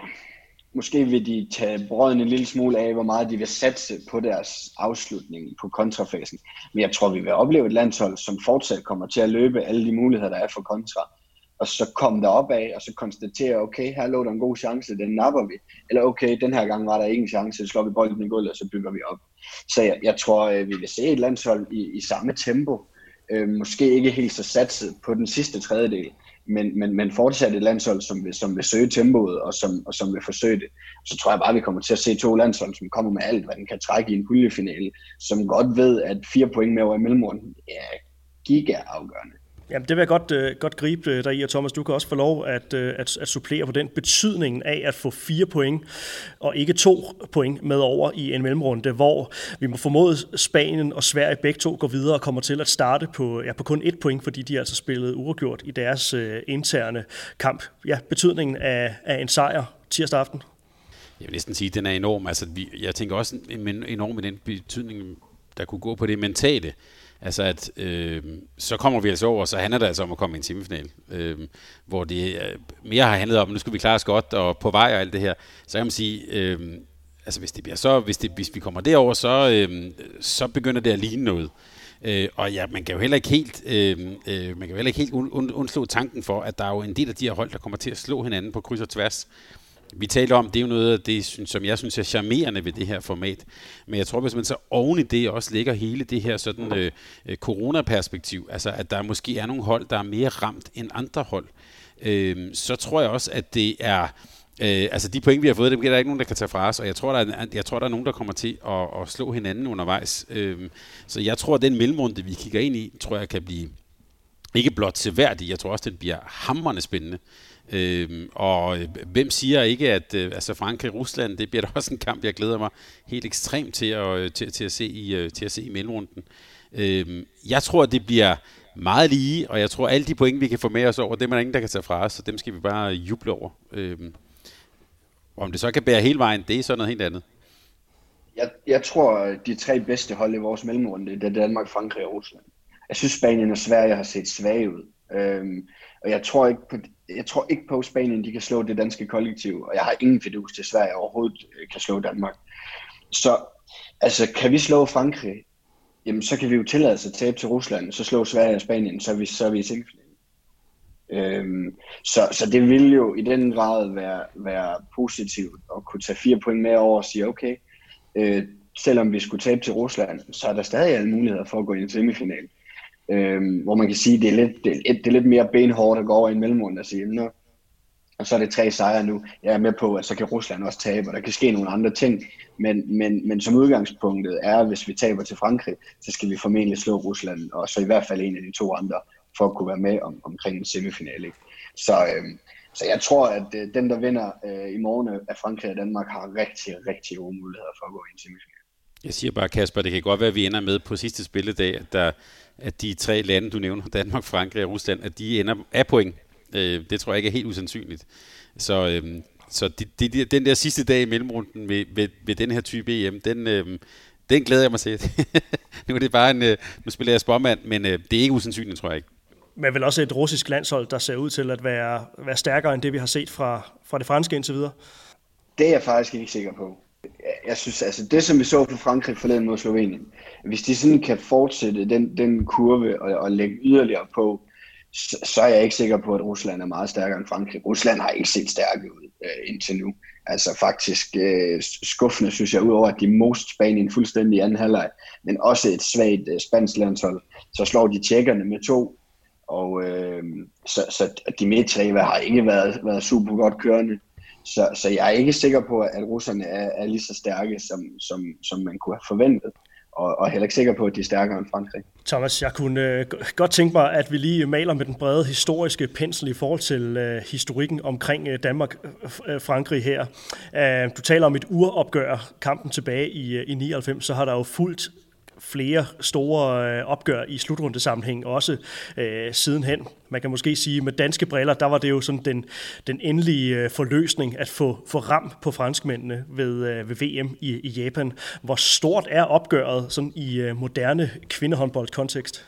måske vil de tage brøden en lille smule af, hvor meget de vil satse på deres afslutning på kontrafasen. Men jeg tror, vi vil opleve et landshold, som fortsat kommer til at løbe alle de muligheder, der er for kontra. Og så komme derop af, og så konstatere, okay, her lå der en god chance, den napper vi. Eller okay, den her gang var der ingen chance, så slår vi bolden i gulvet, og så bygger vi op. Så jeg, jeg tror, vi vil se et landshold i, i samme tempo. Øh, måske ikke helt så satset på den sidste tredjedel, men, men, men fortsat et landshold, som vil, som vil søge tempoet, og som, og som vil forsøge det. Så tror jeg bare, vi kommer til at se to landshold, som kommer med alt, hvad den kan trække i en puljefinale, som godt ved, at fire point med over i mellemrunden er giga afgørende. Jamen, det vil jeg godt, øh, godt gribe øh, dig i, og Thomas, du kan også få lov at, øh, at, at supplere på den betydning af at få fire point og ikke to point med over i en mellemrunde, hvor vi må formode Spanien og Sverige begge to går videre og kommer til at starte på, ja, på kun et point, fordi de altså spillede uafgjort i deres øh, interne kamp. Ja, betydningen af, af en sejr tirsdag aften. Jeg vil næsten sige, at den er enorm. Altså, vi, jeg tænker også en enorm i den betydning, der kunne gå på det mentale. Altså at øh, så kommer vi altså over, så handler det altså om at komme i en semifinal, øh, hvor det øh, mere har handlet om, nu skal vi klare os godt og på vej og alt det her. Så kan man sige, øh, altså hvis det bliver så, hvis, det, hvis vi kommer derover, så øh, så begynder det at ligne noget. Øh, og ja, man kan jo heller ikke helt, øh, øh, man kan jo heller ikke helt und, und, undslå tanken for, at der er jo en del af de her hold, der kommer til at slå hinanden på kryds og tværs. Vi taler om, det er jo noget af det, som jeg synes er charmerende ved det her format. Men jeg tror, hvis man så oven i det også lægger hele det her sådan øh, coronaperspektiv, altså at der måske er nogle hold, der er mere ramt end andre hold, øh, så tror jeg også, at det er, øh, altså de point, vi har fået, dem er der ikke nogen, der kan tage fra os, og jeg tror, der er, jeg tror, der er nogen, der kommer til at, at slå hinanden undervejs. Øh, så jeg tror, at den mellemrunde, vi kigger ind i, tror jeg kan blive ikke blot seværdig, jeg tror også, den bliver hamrende spændende. Øhm, og hvem siger ikke, at øh, altså Frankrig-Rusland, det bliver da også en kamp, jeg glæder mig helt ekstremt til at, til, til at, se, i, til at se i mellemrunden. Øhm, jeg tror, det bliver meget lige, og jeg tror, alle de point, vi kan få med os over, dem er der ingen, der kan tage fra os, så dem skal vi bare juble over. Øhm, og om det så kan bære hele vejen, det er sådan noget helt andet. Jeg, jeg tror, de tre bedste hold i vores mellemrunde, det er Danmark, Frankrig og Rusland. Jeg synes, Spanien og Sverige har set svage ud. Øhm, og jeg tror ikke på Jeg tror ikke på, at Spanien de kan slå det danske kollektiv, og jeg har ingen fidus til Sverige overhovedet kan slå Danmark. Så altså, kan vi slå Frankrig, jamen så kan vi jo tillade sig at tabe til Rusland, så slå Sverige og Spanien, så er vi, så er vi i semifinalen. Øhm, så, så det vil jo i den grad være, være positivt at kunne tage fire point med over og sige, okay, øh, selvom vi skulle tabe til Rusland, så er der stadig alle muligheder for at gå i en semifinal. Øhm, hvor man kan sige, at det er lidt, det er, det er lidt mere benhårdt at gå over i en mellemrunde og sige, nå, og så er det tre sejre nu. Jeg er med på, at så kan Rusland også tabe, og der kan ske nogle andre ting. Men, men, men som udgangspunktet er, hvis vi taber til Frankrig, så skal vi formentlig slå Rusland, og så i hvert fald en af de to andre for at kunne være med om, omkring en semifinale. Ikke? Så, øh, så jeg tror, at øh, den, der vinder øh, i morgen af Frankrig og Danmark, har rigtig, rigtig gode muligheder for at gå i en semifinale. Jeg siger bare, Kasper, det kan godt være, at vi ender med på sidste spilledag, at, der, at de tre lande, du nævner, Danmark, Frankrig og Rusland, at de ender af point. Øh, det tror jeg ikke er helt usandsynligt. Så, øh, så de, de, den der sidste dag i mellemrunden ved, ved, ved den her type E M, den, øh, den glæder jeg mig til. Nu er det bare en, øh, nu spiller jeg spormand, men øh, det er ikke usandsynligt, tror jeg ikke. Men vel også et russisk landshold, der ser ud til at være, være stærkere end det, vi har set fra, fra det franske indtil videre? Det er jeg faktisk ikke sikker på. Jeg synes, altså det, som vi så for Frankrig forleden mod Slovenien, hvis de sådan kan fortsætte den, den kurve og, og lægge yderligere på, så, så er jeg ikke sikker på, at Rusland er meget stærkere end Frankrig. Rusland har ikke set stærke ud øh, indtil nu. Altså faktisk øh, skuffende, synes jeg, udover at de most Spanien fuldstændig i anden halvleg, men også et svagt øh, spansk landshold. Så slår de tjekkerne med to, og øh, så, så Dimitrieva har ikke været, været super godt kørende. Så, så jeg er ikke sikker på, at russerne er, er lige så stærke, som, som, som man kunne have forventet. Og, og heller ikke sikker på, at de er stærkere end Frankrig. Thomas, jeg kunne øh, godt tænke mig, at vi lige maler med den brede historiske pensel i forhold til øh, historikken omkring øh, Danmark-Frankrig øh, her. Uh, du taler om et uropgør, kampen tilbage i, øh, i nioghalvfems, så har der jo fulgt flere store øh, opgør i slutrundesammenhæng, også øh, sidenhen. Man kan måske sige, med danske briller, der var det jo sådan den, den endelige øh, forløsning at få, få ram på franskmændene ved, øh, ved V M i, i Japan. Hvor stort er opgøret sådan i øh, moderne kvindehåndboldkontekst?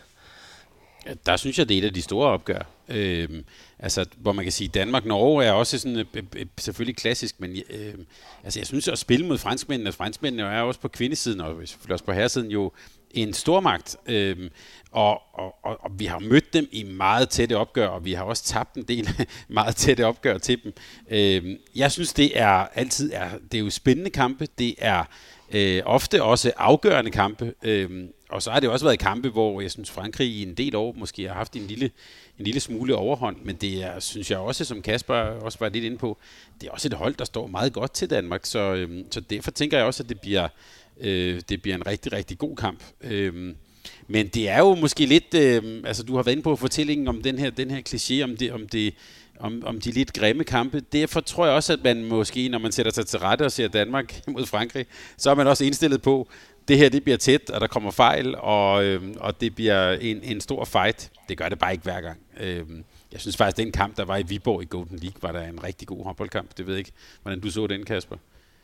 Ja, der synes jeg, det er et af de store opgør. Øhm, altså, hvor man kan sige, Danmark-Norge er også sådan, øh, øh, selvfølgelig klassisk, men øh, altså, jeg synes at spille mod franskmændene, og franskmændene er også på kvindesiden, og selvfølgelig også på herresiden, jo en stormagt. Øhm, og, og, og, og vi har mødt dem i meget tætte opgør, og vi har også tabt en del meget tætte opgør til dem. Øhm, jeg synes, det er altid er, det er jo spændende kampe, det er øh, ofte også afgørende kampe, øh, og så har det også været kampe, hvor jeg synes, Frankrig i en del år måske har haft en lille, en lille smule overhånd, men det er, synes jeg også, som Kasper også var lidt inde på, det er også et hold, der står meget godt til Danmark, så, øh, så derfor tænker jeg også, at det bliver, øh, det bliver en rigtig, rigtig god kamp. Øh, men det er jo måske lidt, øh, altså du har været inde på fortællingen om den her, den her kliché, om det, om det, Om, om de lidt grimme kampe. Derfor tror jeg også, at man måske, når man sætter sig til rette og ser Danmark mod Frankrig, så er man også indstillet på, det her det bliver tæt, og der kommer fejl, og, øhm, og det bliver en, en stor fight. Det gør det bare ikke hver gang. Øhm, jeg synes faktisk, den kamp, der var i Viborg i Golden League, var der en rigtig god håndboldkamp. Det ved jeg ikke, hvordan du så den, Kasper.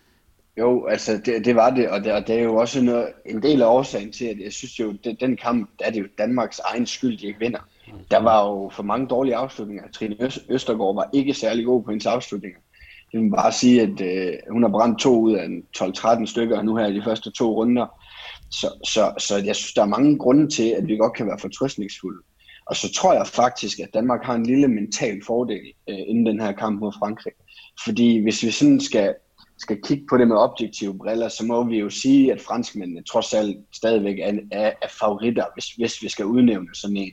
Jo, altså det, det var det, og det, og det er jo også noget, en del af årsagen til, at jeg synes jo, det, den kamp, der er det jo Danmarks egen skyld, de ikke vinder. Der var jo for mange dårlige afslutninger. Trine Østergaard var ikke særlig god på hendes afslutninger. Jeg vil bare sige, at øh, hun har brændt to ud af tolv tretten stykker nu her i de første to runder. Så, så, så jeg synes, der er mange grunde til, at vi godt kan være fortrøstningsfulde. Og så tror jeg faktisk, at Danmark har en lille mental fordel øh, inden den her kamp mod Frankrig. Fordi hvis vi sådan skal, skal kigge på det med objektive briller, så må vi jo sige, at franskmændene trods alt stadigvæk er, er, er favoritter, hvis, hvis vi skal udnævne sådan en.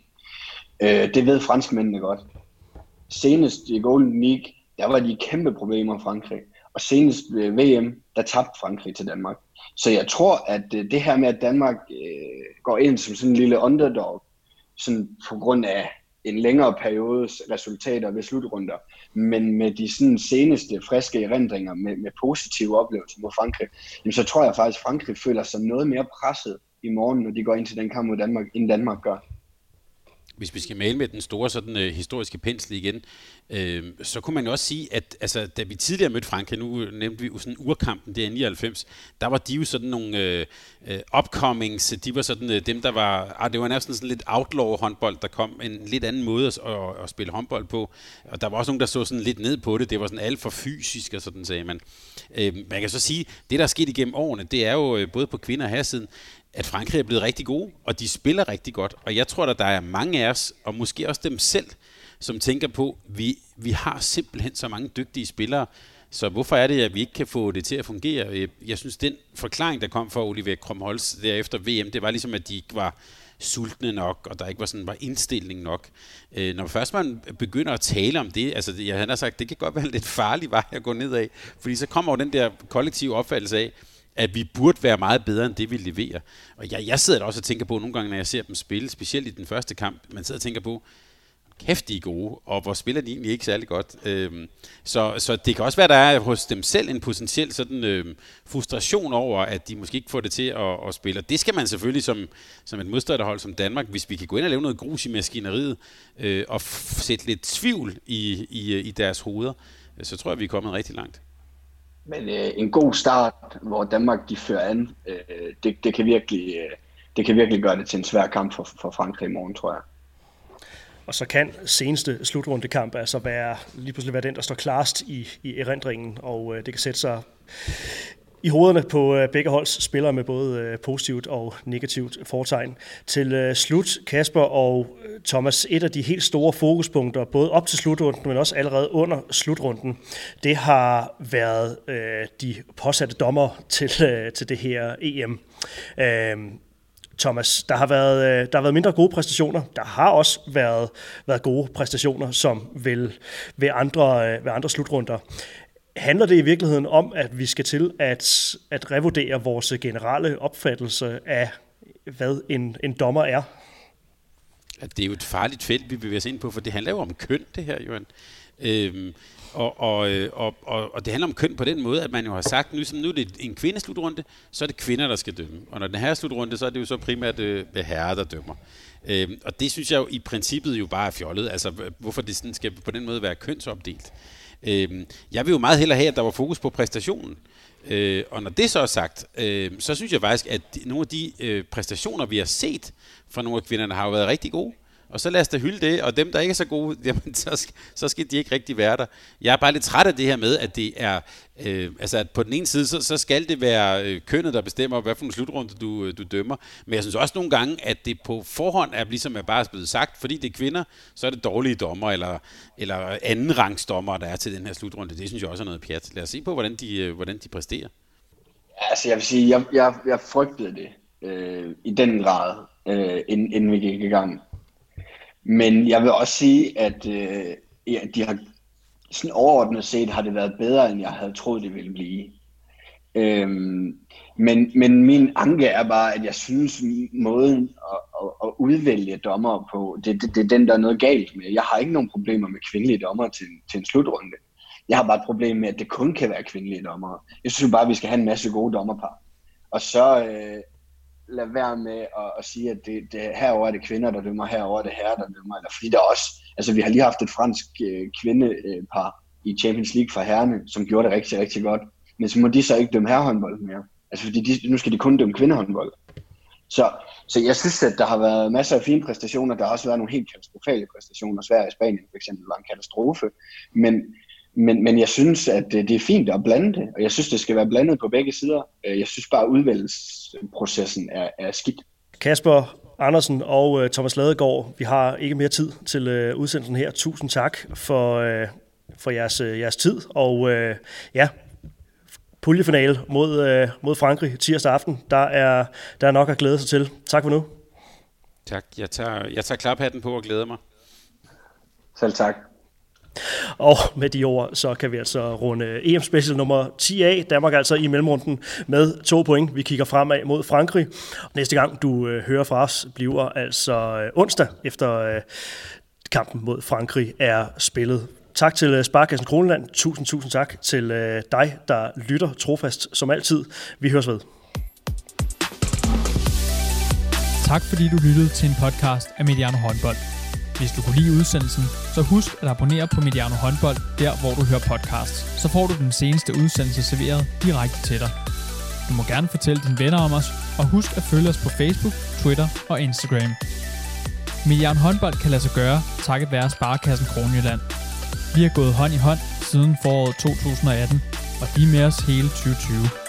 Øh, det ved franskmændene godt. Senest i Golden League, der var de kæmpe problemer i Frankrig. Og senest ved V M, der tabte Frankrig til Danmark. Så jeg tror, at det her med, at Danmark øh, går ind som sådan en lille underdog, sådan på grund af en længere periodes resultater ved slutrunder, men med de sådan seneste friske erindringer med, med positive oplevelser mod Frankrig, jamen, så tror jeg faktisk, at Frankrig føler sig noget mere presset i morgen, når de går ind til den kamp mod Danmark, end Danmark gør. Hvis vi skal male med den store sådan, øh, historiske pensel igen, øh, så kunne man jo også sige, at altså, da vi tidligere mødte Frankrig, nu nævnte vi jo sådan urkampen der i nioghalvfems, der var de jo sådan nogle øh, øh, upcomings, de var sådan øh, dem, der var, ah, det var nærmest sådan lidt outlaw håndbold, der kom en lidt anden måde at, at, at spille håndbold på, og der var også nogen, der så sådan lidt ned på det, det var sådan alt for fysisk, og sådan sagde man. Øh, man kan så sige, det der er sket igennem årene, det er jo øh, både på kvinder og herresiden, at Frankrig er blevet rigtig gode, og de spiller rigtig godt. Og jeg tror, at der er mange af os, og måske også dem selv, som tænker på, at vi, vi har simpelthen så mange dygtige spillere, så hvorfor er det, at vi ikke kan få det til at fungere? Jeg synes, den forklaring, der kom fra Oliver Krumholtz derefter V M, det var ligesom, at de ikke var sultne nok, og der ikke var sådan var indstilling nok. Når først man begynder at tale om det, altså jeg havde sagt, det kan godt være en lidt farlig vej at gå ned af, fordi så kommer jo den der kollektive opfattelse af, at vi burde være meget bedre end det, vi leverer. Og jeg, jeg sidder da også og tænker på nogle gange, når jeg ser dem spille, specielt i den første kamp, man sidder og tænker på, kæft, de er gode, og hvor spiller de egentlig ikke særlig godt. Øhm, så, så det kan også være, der er hos dem selv en potentiel sådan, øhm, frustration over, at de måske ikke får det til at, at spille. Og det skal man selvfølgelig som, som et modstanderhold som Danmark, hvis vi kan gå ind og lave noget grus i maskineriet, øh, og f- sætte lidt tvivl i, i, i deres hoveder, så tror jeg, vi er kommet rigtig langt. Men øh, en god start, hvor Danmark de fører an, øh, det, det, kan virkelig, øh, det kan virkelig gøre det til en svær kamp for, for Frankrig i morgen, tror jeg. Og så kan seneste slutrundekamp altså være, lige pludselig være den, der står klarest i, i erindringen, og øh, det kan sætte sig i hovederne på øh, begge holds spillere med både øh, positivt og negativt fortegn. Til øh, slut, Kasper og Thomas, et af de helt store fokuspunkter, både op til slutrunden, men også allerede under slutrunden, det har været øh, de påsatte dommer til, øh, til det her E M. Øh, Thomas, der har været der har været mindre gode præstationer. Der har også været været gode præstationer, som vil ved andre ved andre slutrunder. Handler det i virkeligheden om, at vi skal til at at revurdere vores generelle opfattelse af hvad en en dommer er? Det er jo et farligt felt, vi bevæger os ind på, for det handler jo om køn, det her, Johan. Øhm, og, og, og, og, og det handler om køn på den måde, at man jo har sagt, nu, nu er det en kvindeslutrunde, så er det kvinder, der skal dømme. Og når den her slutrunde, så er det jo så primært øh, herrer, der dømmer. Øhm, og det synes jeg jo i princippet jo bare er fjollet. Altså, hvorfor det sådan skal på den måde være kønsopdelt. Øhm, jeg vil jo meget hellere have, at der var fokus på præstationen. Øh, og når det så er sagt, øh, så synes jeg faktisk, at nogle af de øh, præstationer, vi har set fra nogle af kvinderne, har jo været rigtig gode. Og så lad os da hylde det, og dem, der ikke er så gode, jamen, så, skal, så skal de ikke rigtig være der. Jeg er bare lidt træt af det her med, at det er, øh, altså at på den ene side, så, så skal det være øh, kønnet, der bestemmer, hvad for en slutrunde du, du dømmer. Men jeg synes også nogle gange, at det på forhånd er ligesom er bare blevet sagt, fordi det er kvinder, så er det dårlige dommer, eller, eller anden rangsdommer, der er til den her slutrunde. Det synes jeg også er noget pjat. Lad os se på, hvordan de, øh, hvordan de præsterer. Altså jeg vil sige, jeg, jeg, jeg frygtede det øh, i den grad, øh, inden, inden vi gik i gang. Men jeg vil også sige, at øh, ja, de har sådan overordnet set har det været bedre, end jeg havde troet, det ville blive. Øhm, men, men min anke er bare, at jeg synes, måden at, at, at udvælge dommer på, det, det, det er den, der er noget galt med. Jeg har ikke nogen problemer med kvindelige dommer til, til en slutrunde. Jeg har bare et problem med, at det kun kan være kvindelige dommere. Jeg synes bare, at vi skal have en masse gode dommerpar. Og så øh, lad være med at, at sige, at det, det, herover er det kvinder, der dømmer, herover er det herrer, der dømmer. Eller fordi der også, altså vi har lige haft et fransk øh, kvindepar i Champions League for herrerne, som gjorde det rigtig, rigtig godt. Men så må de så ikke dømme herrehåndbold mere. Altså fordi de, nu skal de kun dømme kvindehåndbold. Så, så jeg synes, at der har været masser af fine præstationer. Der har også været nogle helt katastrofale præstationer. Sverige og Spanien for eksempel var en katastrofe. Men, men, men jeg synes, at det er fint at blande det. Og jeg synes, det skal være blandet på begge sider. Jeg synes bare, at udvælgelsesprocessen er, er skidt. Kasper Andersen og Thomas Ladegaard, vi har ikke mere tid til udsendelsen her. Tusind tak for, for jeres, jeres tid. Og ja, puljefinale mod, mod Frankrig tirsdag aften. Der er, der er nok at glæde sig til. Tak for nu. Tak. Jeg tager, jeg tager klaphatten på og glæder mig. Selv tak. Og med de ord, så kan vi altså runde E M-special nummer ti af. Danmark altså i mellemrunden med to point. Vi kigger fremad mod Frankrig. Næste gang, du øh, hører fra os, bliver altså øh, onsdag, efter øh, kampen mod Frankrig er spillet. Tak til Sparekassen Kroneland. Tusind, tusind tak til øh, dig, der lytter trofast som altid. Vi høres ved. Tak fordi du lyttede til en podcast af Mediano Håndbold. Hvis du kunne lide udsendelsen, så husk at abonnere på Mediano Håndbold, der hvor du hører podcasts. Så får du den seneste udsendelse serveret direkte til dig. Du må gerne fortælle dine venner om os, og husk at følge os på Facebook, Twitter og Instagram. Mediano Håndbold kan lade sig gøre, takket være Sparekassen Kronjylland. Vi har gået hånd i hånd siden foråret to tusind og atten, og de er med os hele tyve tyve.